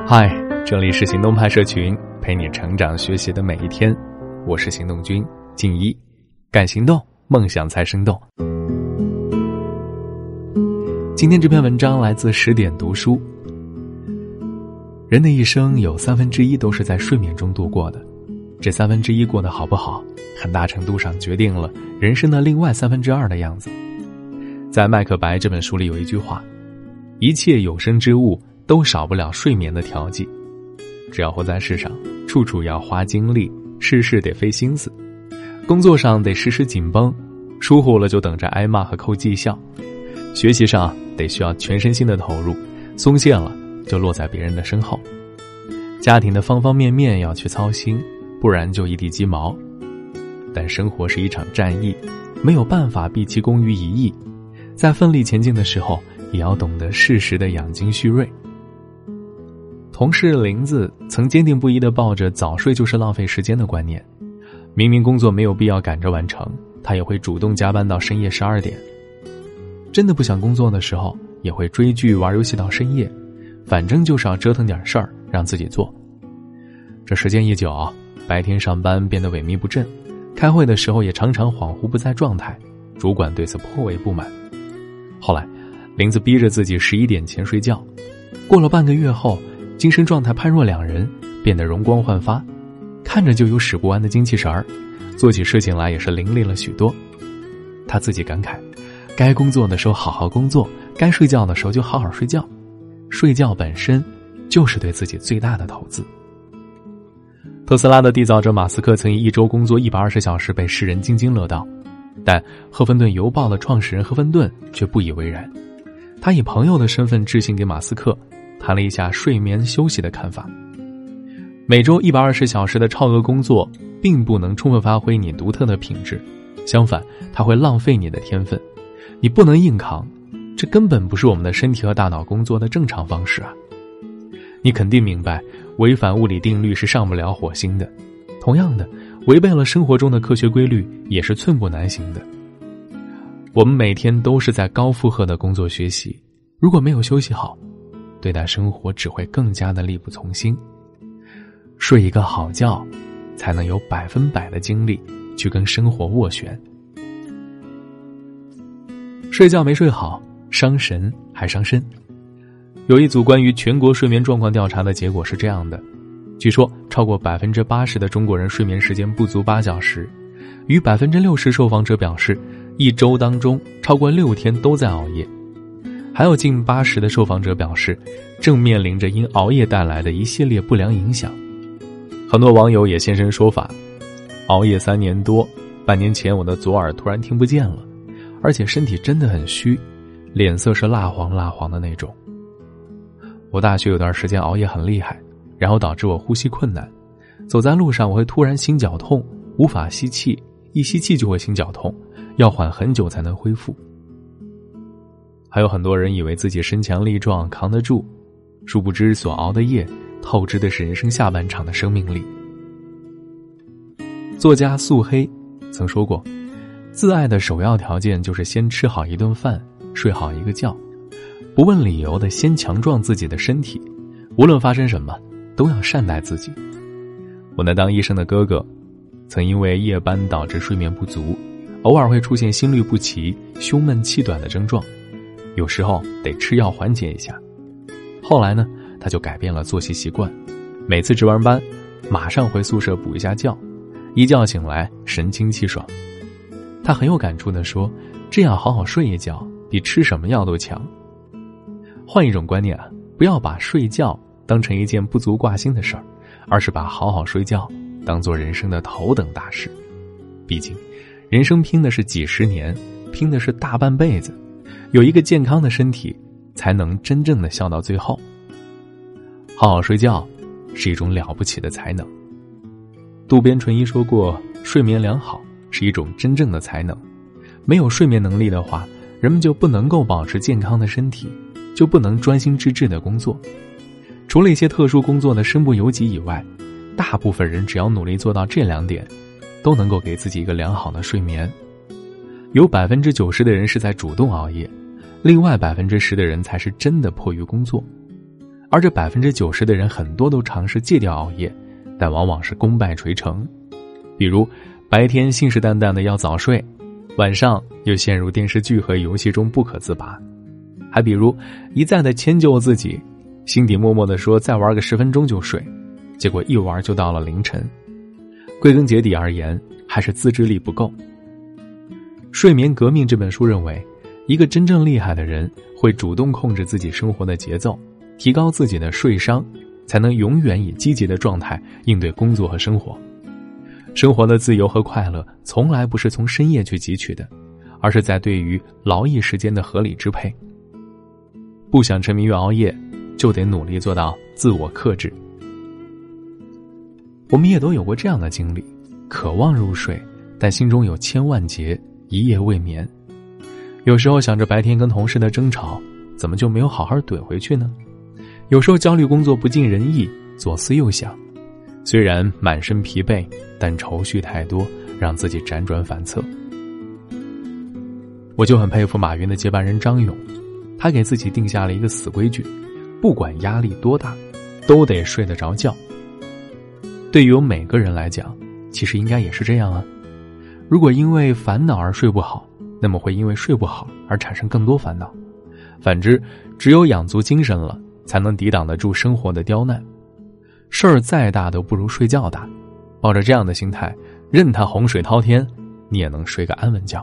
嗨，这里是行动派社群，陪你成长学习的每一天。我是行动君静一，敢行动，梦想才生动。今天这篇文章来自10点读书。人的一生有1/3都是在睡眠中度过的，这1/3过得好不好，很大程度上决定了人生的另外2/3的样子。在《麦克白》这本书里有一句话，一切有生之物都少不了睡眠的调剂，只要活在世上，处处要花精力，事事得费心思，工作上得时时紧绷，疏忽了就等着挨骂和扣绩效，学习上得需要全身心的投入，松懈了就落在别人的身后，家庭的方方面面要去操心，不然就一地鸡毛。但生活是一场战役，没有办法毕其功于一役，在奋力前进的时候，也要懂得适时的养精蓄锐。同事林子曾坚定不移地抱着早睡就是浪费时间的观念，明明工作没有必要赶着完成，他也会主动加班到深夜12点。真的不想工作的时候，也会追剧玩游戏到深夜，反正就是要折腾点事儿让自己做。这时间一久，白天上班变得萎靡不振，开会的时候也常常恍惚不在状态，主管对此颇为不满。后来林子逼着自己11点前睡觉，过了半个月后，精神状态判若两人，变得容光焕发，看着就有使不完的精气神儿，做起事情来也是伶俐了许多。他自己感慨，该工作的时候好好工作，该睡觉的时候就好好睡觉，睡觉本身就是对自己最大的投资。特斯拉的缔造者马斯克曾以一周工作120小时被世人津津乐道，但赫芬顿邮报的创始人赫芬顿却不以为然。他以朋友的身份致信给马斯克，谈了一下睡眠休息的看法。每周120小时的超额工作并不能充分发挥你独特的品质，相反，它会浪费你的天分。你不能硬扛，这根本不是我们的身体和大脑工作的正常方式啊！你肯定明白，违反物理定律是上不了火星的，同样的，违背了生活中的科学规律也是寸步难行的。我们每天都是在高负荷的工作学习，如果没有休息好，对待生活只会更加的力不从心。睡一个好觉，才能有100%的精力去跟生活斡旋。睡觉没睡好，伤神还伤身。有一组关于全国睡眠状况调查的结果是这样的，据说超过80%的中国人睡眠时间不足8小时，逾60%受访者表示一周当中超过6天都在熬夜，还有近80%的受访者表示正面临着因熬夜带来的一系列不良影响。很多网友也现身说法，熬夜3年多，半年前我的左耳突然听不见了，而且身体真的很虚，脸色是蜡黄蜡黄的那种。我大学有段时间熬夜很厉害，然后导致我呼吸困难，走在路上我会突然心绞痛，无法吸气，一吸气就会心绞痛，要缓很久才能恢复。还有很多人以为自己身强力壮扛得住，殊不知所熬的夜透支的是人生下半场的生命力。作家素黑曾说过，自爱的首要条件就是先吃好一顿饭，睡好一个觉，不问理由的先强壮自己的身体，无论发生什么都要善待自己。我那当医生的哥哥曾因为夜班导致睡眠不足，偶尔会出现心律不齐、胸闷气短的症状，有时候得吃药缓解一下。后来呢，他就改变了作息习惯，每次值完班马上回宿舍补一下觉，一觉醒来神清气爽。他很有感触地说，这样好好睡一觉比吃什么药都强。换一种观念啊，不要把睡觉当成一件不足挂心的事儿，而是把好好睡觉当作人生的头等大事。毕竟人生拼的是几十年，拼的是大半辈子，有一个健康的身体才能真正的笑到最后。好好睡觉是一种了不起的才能。渡边淳一说过，睡眠良好是一种真正的才能。没有睡眠能力的话，人们就不能够保持健康的身体，就不能专心致志的工作。除了一些特殊工作的身不由己以外，大部分人只要努力做到这2点，都能够给自己一个良好的睡眠。有90%的人是在主动熬夜，另外10%的人才是真的迫于工作。 而这90%的人很多都尝试戒掉熬夜，但往往是功败垂成。比如白天信誓旦旦的要早睡，晚上又陷入电视剧和游戏中不可自拔。还比如一再的迁就自己，心底默默地说再玩个10分钟就睡，结果一玩就到了凌晨。归根结底而言，还是自制力不够。睡眠革命这本书认为，一个真正厉害的人会主动控制自己生活的节奏，提高自己的睡商，才能永远以积极的状态应对工作和生活。生活的自由和快乐从来不是从深夜去汲取的，而是在对于劳逸时间的合理支配。不想沉迷于熬夜，就得努力做到自我克制。我们也都有过这样的经历，渴望入睡，但心中有千万结，一夜未眠。有时候想着白天跟同事的争吵，怎么就没有好好怼回去呢？有时候焦虑工作不尽人意，左思右想，虽然满身疲惫，但愁绪太多，让自己辗转反侧。我就很佩服马云的接班人张勇，他给自己定下了一个死规矩，不管压力多大，都得睡得着觉。对于每个人来讲，其实应该也是这样啊。如果因为烦恼而睡不好，那么会因为睡不好而产生更多烦恼。反之，只有养足精神了，才能抵挡得住生活的刁难。事儿再大都不如睡觉大，抱着这样的心态，任它洪水滔天，你也能睡个安稳觉。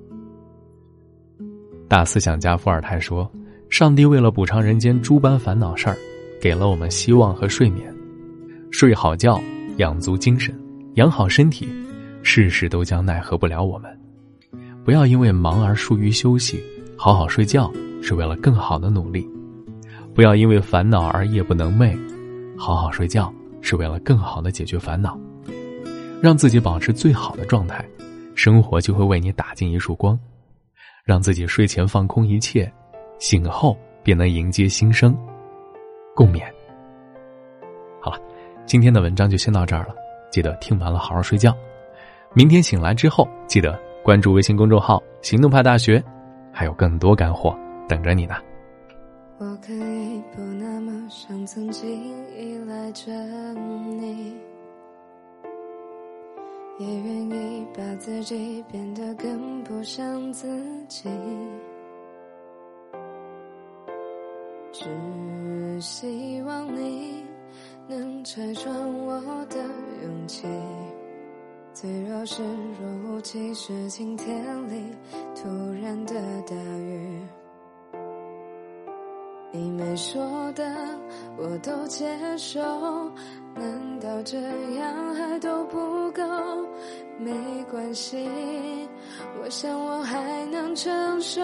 大思想家伏尔泰说，上帝为了补偿人间诸般烦恼事儿，给了我们希望和睡眠。睡好觉，养足精神，养好身体，事事都将奈何不了我们。不要因为忙而疏于休息，好好睡觉是为了更好的努力。不要因为烦恼而夜不能寐，好好睡觉是为了更好的解决烦恼。让自己保持最好的状态，生活就会为你打进一束光。让自己睡前放空一切，醒后便能迎接新生。共勉。好了，今天的文章就先到这儿了，记得听完了好好睡觉。明天醒来之后，记得关注微信公众号行动派大学，还有更多干货等着你呢。 我可以不那么像曾经依赖着你，也愿意把自己变得更不像自己，只希望你能拆穿我的勇气。脆弱是若无其事晴天里突然的大雨，你没说的我都接受，难道这样还都不够？没关系，我想我还能承受。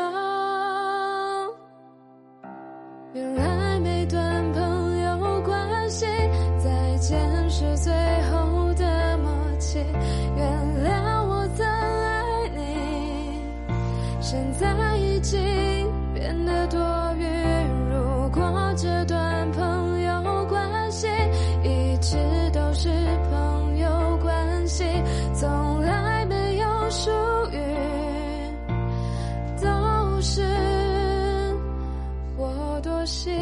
原来每段朋友关系，再见是最后的默契。原谅我曾爱你，现在已经变得多余。如果这段朋友关系一直都是朋友关系，从来没有属于，都是我多心。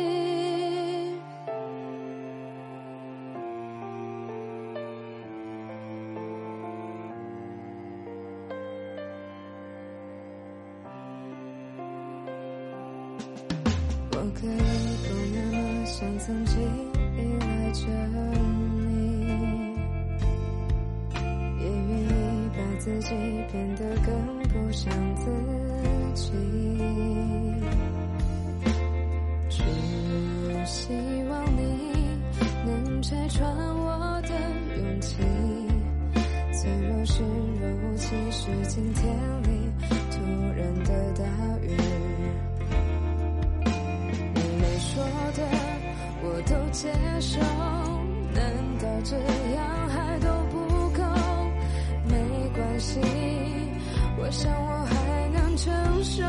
我可以不那么像曾经依赖着你，也愿意把自己变得更不像自己，只希望你能拆穿我的勇气。脆弱是若无其事晴天里突然的大雨，说的我都接受，难道这样还都不够？没关系，我想我还能承受。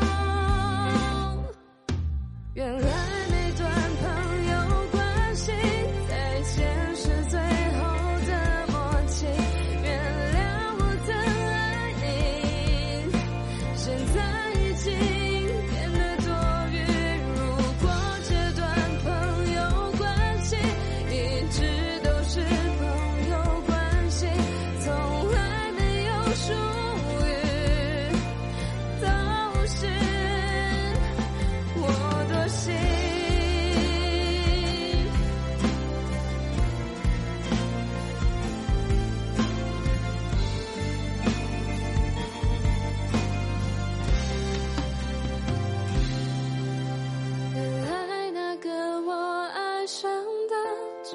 原来每段朋友关系，再见是最后的默契。原谅我曾爱你，现在已经变得多余。如果这段朋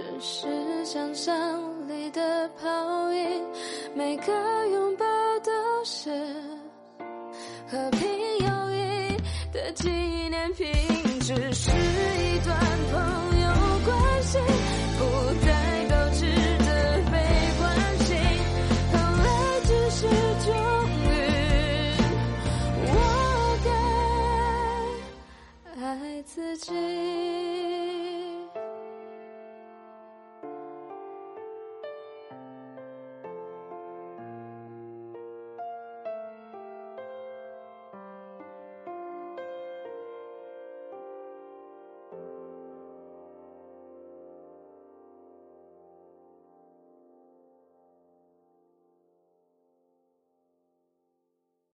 只是想象里的泡影，每个拥抱都是和平友谊的纪念品，只是